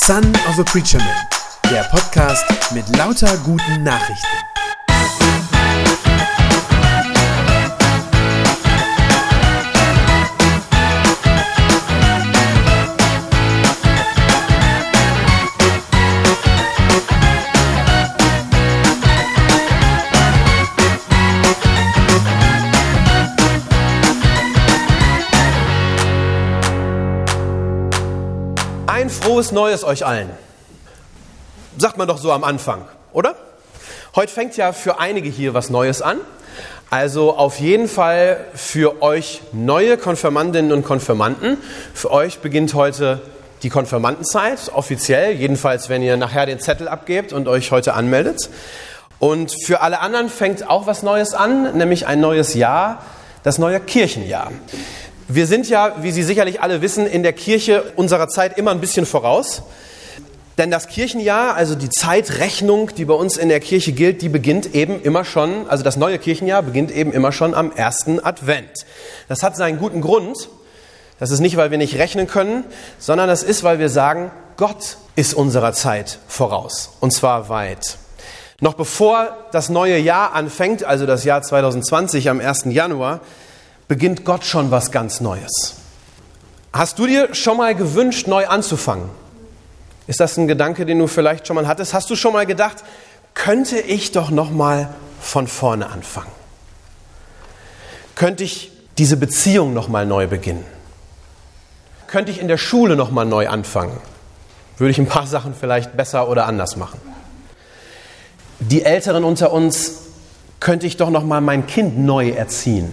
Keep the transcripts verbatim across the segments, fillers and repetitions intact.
Son of a Preacher Man, der Podcast mit lauter guten Nachrichten. Ein frohes Neues euch allen. Sagt man doch so am Anfang, oder? Heute fängt ja für einige hier was Neues an. Also auf jeden Fall für euch neue Konfirmandinnen und Konfirmanden. Für euch beginnt heute die Konfirmandenzeit, offiziell. Jedenfalls, wenn ihr nachher den Zettel abgebt und euch heute anmeldet. Und für alle anderen fängt auch was Neues an, nämlich ein neues Jahr, das neue Kirchenjahr. Wir sind ja, wie Sie sicherlich alle wissen, in der Kirche unserer Zeit immer ein bisschen voraus. Denn das Kirchenjahr, also die Zeitrechnung, die bei uns in der Kirche gilt, die beginnt eben immer schon, also das neue Kirchenjahr beginnt eben immer schon am ersten Advent. Das hat seinen guten Grund. Das ist nicht, weil wir nicht rechnen können, sondern das ist, weil wir sagen, Gott ist unserer Zeit voraus. Und zwar weit. Noch bevor das neue Jahr anfängt, also das Jahr zwanzig zwanzig am ersten Januar, beginnt Gott schon was ganz Neues. Hast du dir schon mal gewünscht, neu anzufangen? Ist das ein Gedanke, den du vielleicht schon mal hattest? Hast du schon mal gedacht, könnte ich doch noch mal von vorne anfangen? Könnte ich diese Beziehung noch mal neu beginnen? Könnte ich in der Schule noch mal neu anfangen? Würde ich ein paar Sachen vielleicht besser oder anders machen? Die Älteren unter uns, könnte ich doch noch mal mein Kind neu erziehen?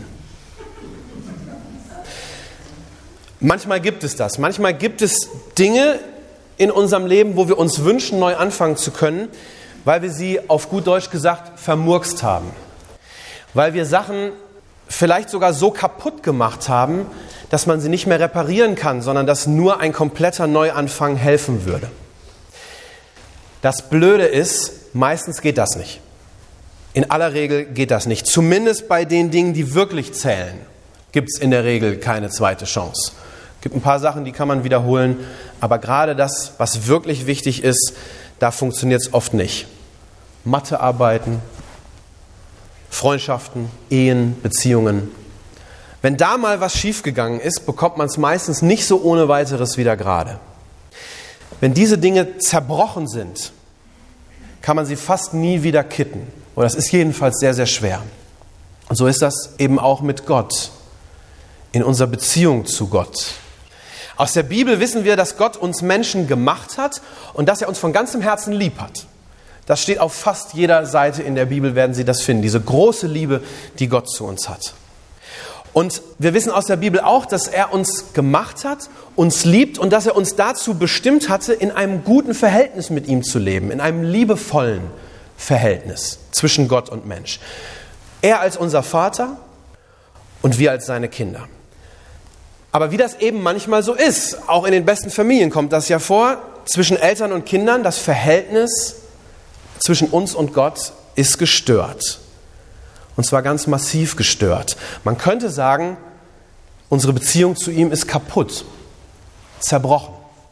Manchmal gibt es das. Manchmal gibt es Dinge in unserem Leben, wo wir uns wünschen, neu anfangen zu können, weil wir sie, auf gut Deutsch gesagt, vermurkst haben. Weil wir Sachen vielleicht sogar so kaputt gemacht haben, dass man sie nicht mehr reparieren kann, sondern dass nur ein kompletter Neuanfang helfen würde. Das Blöde ist, meistens geht das nicht. In aller Regel geht das nicht. Zumindest bei den Dingen, die wirklich zählen, gibt es in der Regel keine zweite Chance. Es gibt ein paar Sachen, die kann man wiederholen, aber gerade das, was wirklich wichtig ist, da funktioniert es oft nicht. Mathearbeiten, Freundschaften, Ehen, Beziehungen. Wenn da mal was schiefgegangen ist, bekommt man es meistens nicht so ohne weiteres wieder gerade. Wenn diese Dinge zerbrochen sind, kann man sie fast nie wieder kitten. Oder das ist jedenfalls sehr, sehr schwer. Und so ist das eben auch mit Gott, in unserer Beziehung zu Gott. Aus der Bibel wissen wir, dass Gott uns Menschen gemacht hat und dass er uns von ganzem Herzen lieb hat. Das steht auf fast jeder Seite in der Bibel, werden Sie das finden. Diese große Liebe, die Gott zu uns hat. Und wir wissen aus der Bibel auch, dass er uns gemacht hat, uns liebt und dass er uns dazu bestimmt hatte, in einem guten Verhältnis mit ihm zu leben, in einem liebevollen Verhältnis zwischen Gott und Mensch. Er als unser Vater und wir als seine Kinder. Aber wie das eben manchmal so ist, auch in den besten Familien kommt das ja vor, zwischen Eltern und Kindern, das Verhältnis zwischen uns und Gott ist gestört. Und zwar ganz massiv gestört. Man könnte sagen, unsere Beziehung zu ihm ist kaputt, zerbrochen.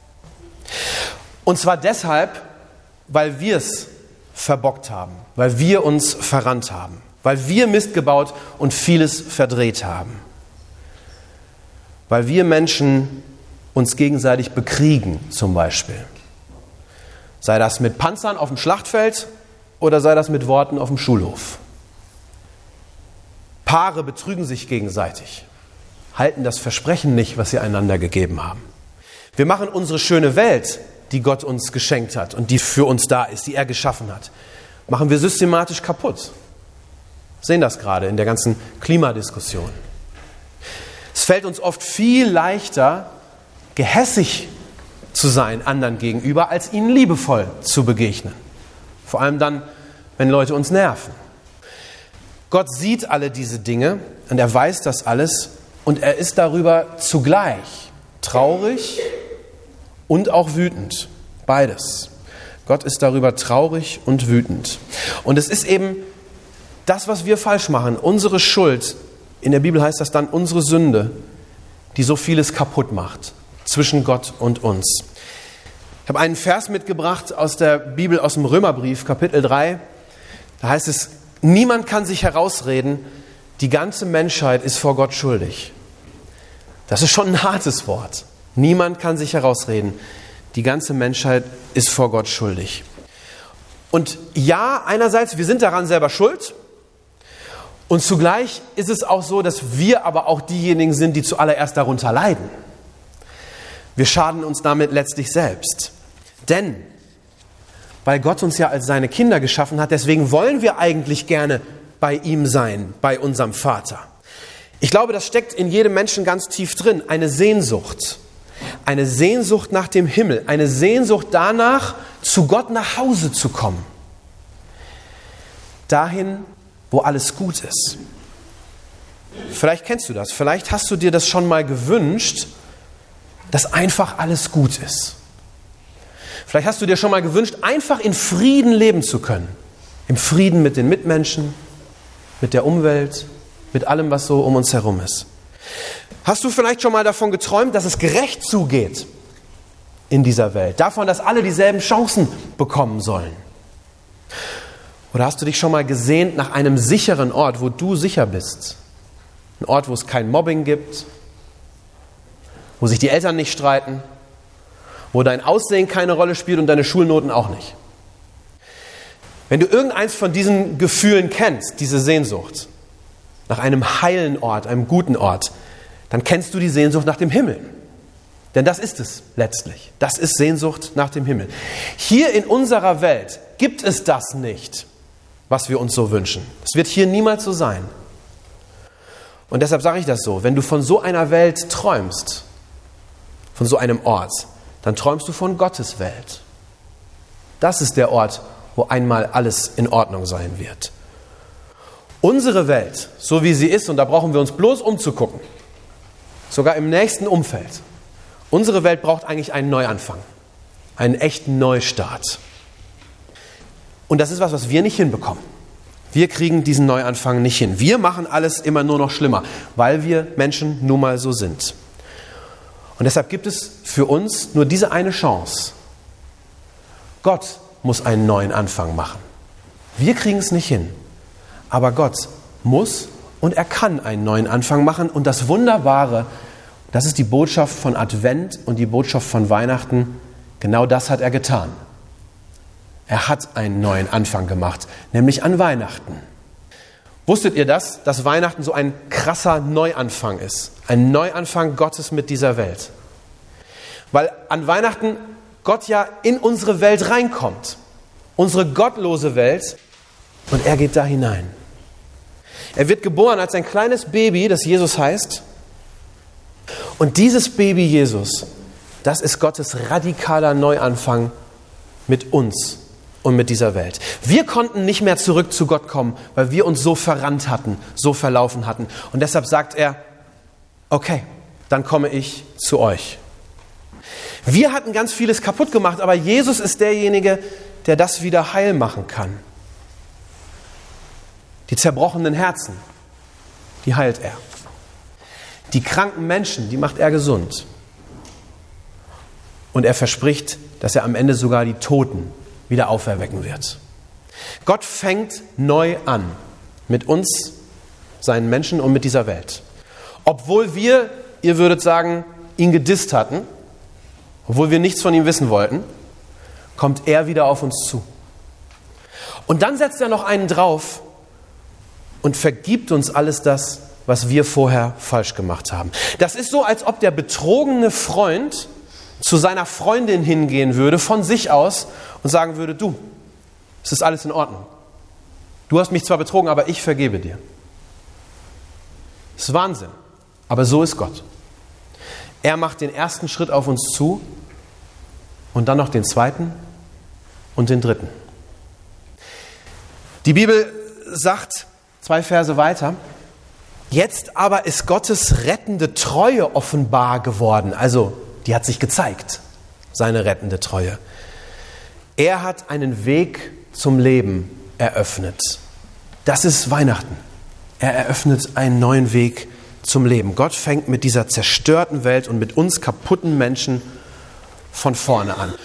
Und zwar deshalb, weil wir es verbockt haben, weil wir uns verrannt haben, weil wir Mist gebaut und vieles verdreht haben. Weil wir Menschen uns gegenseitig bekriegen, zum Beispiel. Sei das mit Panzern auf dem Schlachtfeld oder sei das mit Worten auf dem Schulhof. Paare betrügen sich gegenseitig, halten das Versprechen nicht, was sie einander gegeben haben. Wir machen unsere schöne Welt, die Gott uns geschenkt hat und die für uns da ist, die er geschaffen hat, machen wir systematisch kaputt. Wir sehen das gerade in der ganzen Klimadiskussion. Es fällt uns oft viel leichter, gehässig zu sein anderen gegenüber, als ihnen liebevoll zu begegnen. Vor allem dann, wenn Leute uns nerven. Gott sieht alle diese Dinge und er weiß das alles und er ist darüber zugleich traurig und auch wütend. Beides. Gott ist darüber traurig und wütend. Und es ist eben das, was wir falsch machen, unsere Schuld. In der Bibel heißt das dann unsere Sünde, die so vieles kaputt macht zwischen Gott und uns. Ich habe einen Vers mitgebracht aus der Bibel, aus dem Römerbrief, Kapitel drei. Da heißt es, niemand kann sich herausreden, die ganze Menschheit ist vor Gott schuldig. Das ist schon ein hartes Wort. Niemand kann sich herausreden, die ganze Menschheit ist vor Gott schuldig. Und ja, einerseits, wir sind daran selber schuld. Und zugleich ist es auch so, dass wir aber auch diejenigen sind, die zuallererst darunter leiden. Wir schaden uns damit letztlich selbst. Denn, weil Gott uns ja als seine Kinder geschaffen hat, deswegen wollen wir eigentlich gerne bei ihm sein, bei unserem Vater. Ich glaube, das steckt in jedem Menschen ganz tief drin, eine Sehnsucht. Eine Sehnsucht nach dem Himmel, eine Sehnsucht danach, zu Gott nach Hause zu kommen. Dahin, wo alles gut ist. Vielleicht kennst du das, vielleicht hast du dir das schon mal gewünscht, dass einfach alles gut ist. Vielleicht hast du dir schon mal gewünscht, einfach in Frieden leben zu können. Im Frieden mit den Mitmenschen, mit der Umwelt, mit allem, was so um uns herum ist. Hast du vielleicht schon mal davon geträumt, dass es gerecht zugeht in dieser Welt? Davon, dass alle dieselben Chancen bekommen sollen? Oder hast du dich schon mal gesehnt nach einem sicheren Ort, wo du sicher bist? Ein Ort, wo es kein Mobbing gibt, wo sich die Eltern nicht streiten, wo dein Aussehen keine Rolle spielt und deine Schulnoten auch nicht. Wenn du irgendeins von diesen Gefühlen kennst, diese Sehnsucht, nach einem heilen Ort, einem guten Ort, dann kennst du die Sehnsucht nach dem Himmel. Denn das ist es letztlich. Das ist Sehnsucht nach dem Himmel. Hier in unserer Welt gibt es das nicht, was wir uns so wünschen. Es wird hier niemals so sein. Und deshalb sage ich das so, wenn du von so einer Welt träumst, von so einem Ort, dann träumst du von Gottes Welt. Das ist der Ort, wo einmal alles in Ordnung sein wird. Unsere Welt, so wie sie ist, und da brauchen wir uns bloß umzugucken, sogar im nächsten Umfeld, unsere Welt braucht eigentlich einen Neuanfang, einen echten Neustart. Und das ist was, was wir nicht hinbekommen. Wir kriegen diesen Neuanfang nicht hin. Wir machen alles immer nur noch schlimmer, weil wir Menschen nun mal so sind. Und deshalb gibt es für uns nur diese eine Chance. Gott muss einen neuen Anfang machen. Wir kriegen es nicht hin. Aber Gott muss und er kann einen neuen Anfang machen. Und das Wunderbare, das ist die Botschaft von Advent und die Botschaft von Weihnachten. Genau das hat er getan. Er hat einen neuen Anfang gemacht, nämlich an Weihnachten. Wusstet ihr das, dass Weihnachten so ein krasser Neuanfang ist? Ein Neuanfang Gottes mit dieser Welt. Weil an Weihnachten Gott ja in unsere Welt reinkommt. Unsere gottlose Welt. Und er geht da hinein. Er wird geboren als ein kleines Baby, das Jesus heißt. Und dieses Baby Jesus, das ist Gottes radikaler Neuanfang mit uns und mit dieser Welt. Wir konnten nicht mehr zurück zu Gott kommen, weil wir uns so verrannt hatten, so verlaufen hatten. Und deshalb sagt er, okay, dann komme ich zu euch. Wir hatten ganz vieles kaputt gemacht, aber Jesus ist derjenige, der das wieder heil machen kann. Die zerbrochenen Herzen, die heilt er. Die kranken Menschen, die macht er gesund. Und er verspricht, dass er am Ende sogar die Toten wieder auferwecken wird. Gott fängt neu an mit uns, seinen Menschen und mit dieser Welt. Obwohl wir, ihr würdet sagen, ihn gedisst hatten, obwohl wir nichts von ihm wissen wollten, kommt er wieder auf uns zu. Und dann setzt er noch einen drauf und vergibt uns alles das, was wir vorher falsch gemacht haben. Das ist so, als ob der betrogene Freund zu seiner Freundin hingehen würde, von sich aus, und sagen würde, du, es ist alles in Ordnung. Du hast mich zwar betrogen, aber ich vergebe dir. Das ist Wahnsinn. Aber so ist Gott. Er macht den ersten Schritt auf uns zu und dann noch den zweiten und den dritten. Die Bibel sagt, zwei Verse weiter, jetzt aber ist Gottes rettende Treue offenbar geworden. Also, die hat sich gezeigt, seine rettende Treue. Er hat einen Weg zum Leben eröffnet. Das ist Weihnachten. Er eröffnet einen neuen Weg zum Leben. Gott fängt mit dieser zerstörten Welt und mit uns kaputten Menschen von vorne an.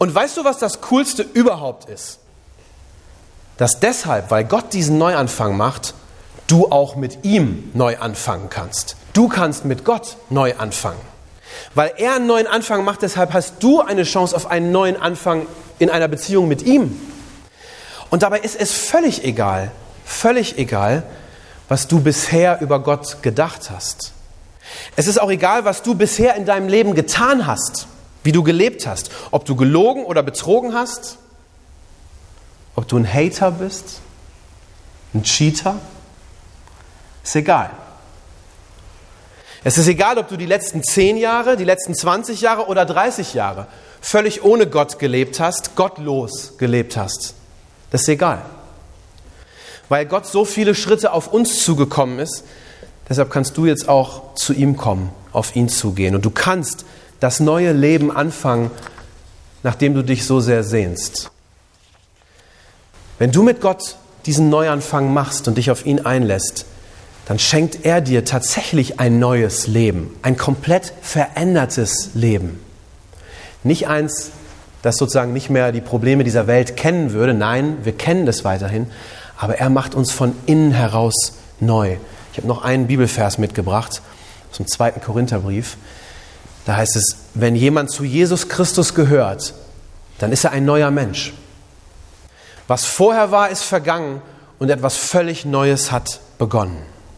Und weißt du, was das Coolste überhaupt ist? Dass deshalb, weil Gott diesen Neuanfang macht, du auch mit ihm neu anfangen kannst. Du kannst mit Gott neu anfangen. Weil er einen neuen Anfang macht, deshalb hast du eine Chance auf einen neuen Anfang in einer Beziehung mit ihm. Und dabei ist es völlig egal, völlig egal, was du bisher über Gott gedacht hast. Es ist auch egal, was du bisher in deinem Leben getan hast, wie du gelebt hast, ob du gelogen oder betrogen hast, ob du ein Hater bist, ein Cheater, ist egal. Es ist egal, ob du die letzten zehn Jahre, die letzten zwanzig Jahre oder dreißig Jahre völlig ohne Gott gelebt hast, gottlos gelebt hast. Das ist egal. Weil Gott so viele Schritte auf uns zugekommen ist, deshalb kannst du jetzt auch zu ihm kommen, auf ihn zugehen. Und du kannst das neue Leben anfangen, nachdem du dich so sehr sehnst. Wenn du mit Gott diesen Neuanfang machst und dich auf ihn einlässt, dann schenkt er dir tatsächlich ein neues Leben, ein komplett verändertes Leben. Nicht eins, das sozusagen nicht mehr die Probleme dieser Welt kennen würde. Nein, wir kennen das weiterhin, aber er macht uns von innen heraus neu. Ich habe noch einen Bibelvers mitgebracht, aus dem zweiten Korintherbrief. Da heißt es, wenn jemand zu Jesus Christus gehört, dann ist er ein neuer Mensch. Was vorher war, ist vergangen und etwas völlig Neues hat begonnen.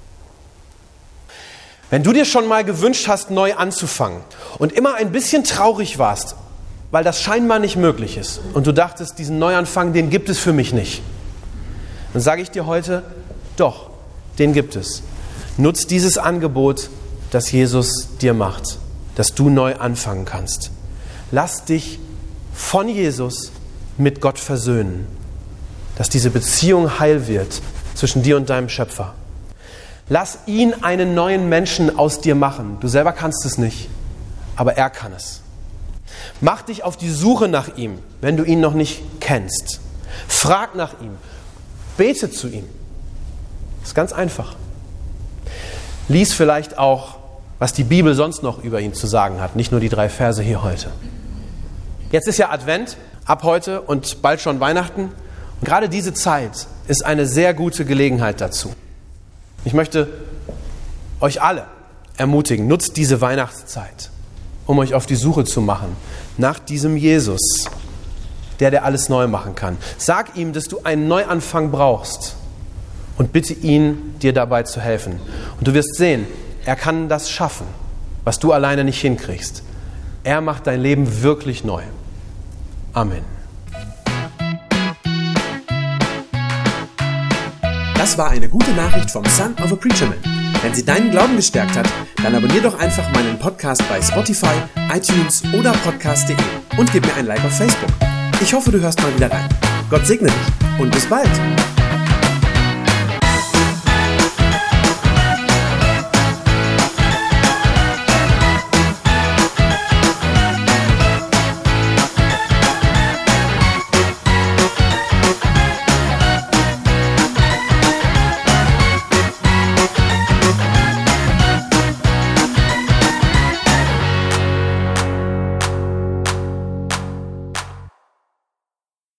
Wenn du dir schon mal gewünscht hast, neu anzufangen und immer ein bisschen traurig warst, weil das scheinbar nicht möglich ist und du dachtest, diesen Neuanfang, den gibt es für mich nicht, dann sage ich dir heute, doch, den gibt es. Nutz dieses Angebot, das Jesus dir macht, dass du neu anfangen kannst. Lass dich von Jesus mit Gott versöhnen, dass diese Beziehung heil wird zwischen dir und deinem Schöpfer. Lass ihn einen neuen Menschen aus dir machen. Du selber kannst es nicht, aber er kann es. Mach dich auf die Suche nach ihm, wenn du ihn noch nicht kennst. Frag nach ihm. Bete zu ihm. Das ist ganz einfach. Lies vielleicht auch, was die Bibel sonst noch über ihn zu sagen hat, nicht nur die drei Verse hier heute. Jetzt ist ja Advent, ab heute und bald schon Weihnachten. Und gerade diese Zeit ist eine sehr gute Gelegenheit dazu. Ich möchte euch alle ermutigen, nutzt diese Weihnachtszeit, um euch auf die Suche zu machen nach diesem Jesus, der, der alles neu machen kann. Sag ihm, dass du einen Neuanfang brauchst und bitte ihn, dir dabei zu helfen. Und du wirst sehen, er kann das schaffen, was du alleine nicht hinkriegst. Er macht dein Leben wirklich neu. Amen. Das war eine gute Nachricht vom Son of a Preacher Man. Wenn sie deinen Glauben gestärkt hat, dann abonnier doch einfach meinen Podcast bei Spotify, iTunes oder podcast punkt de und gib mir ein Like auf Facebook. Ich hoffe, du hörst mal wieder rein. Gott segne dich und bis bald.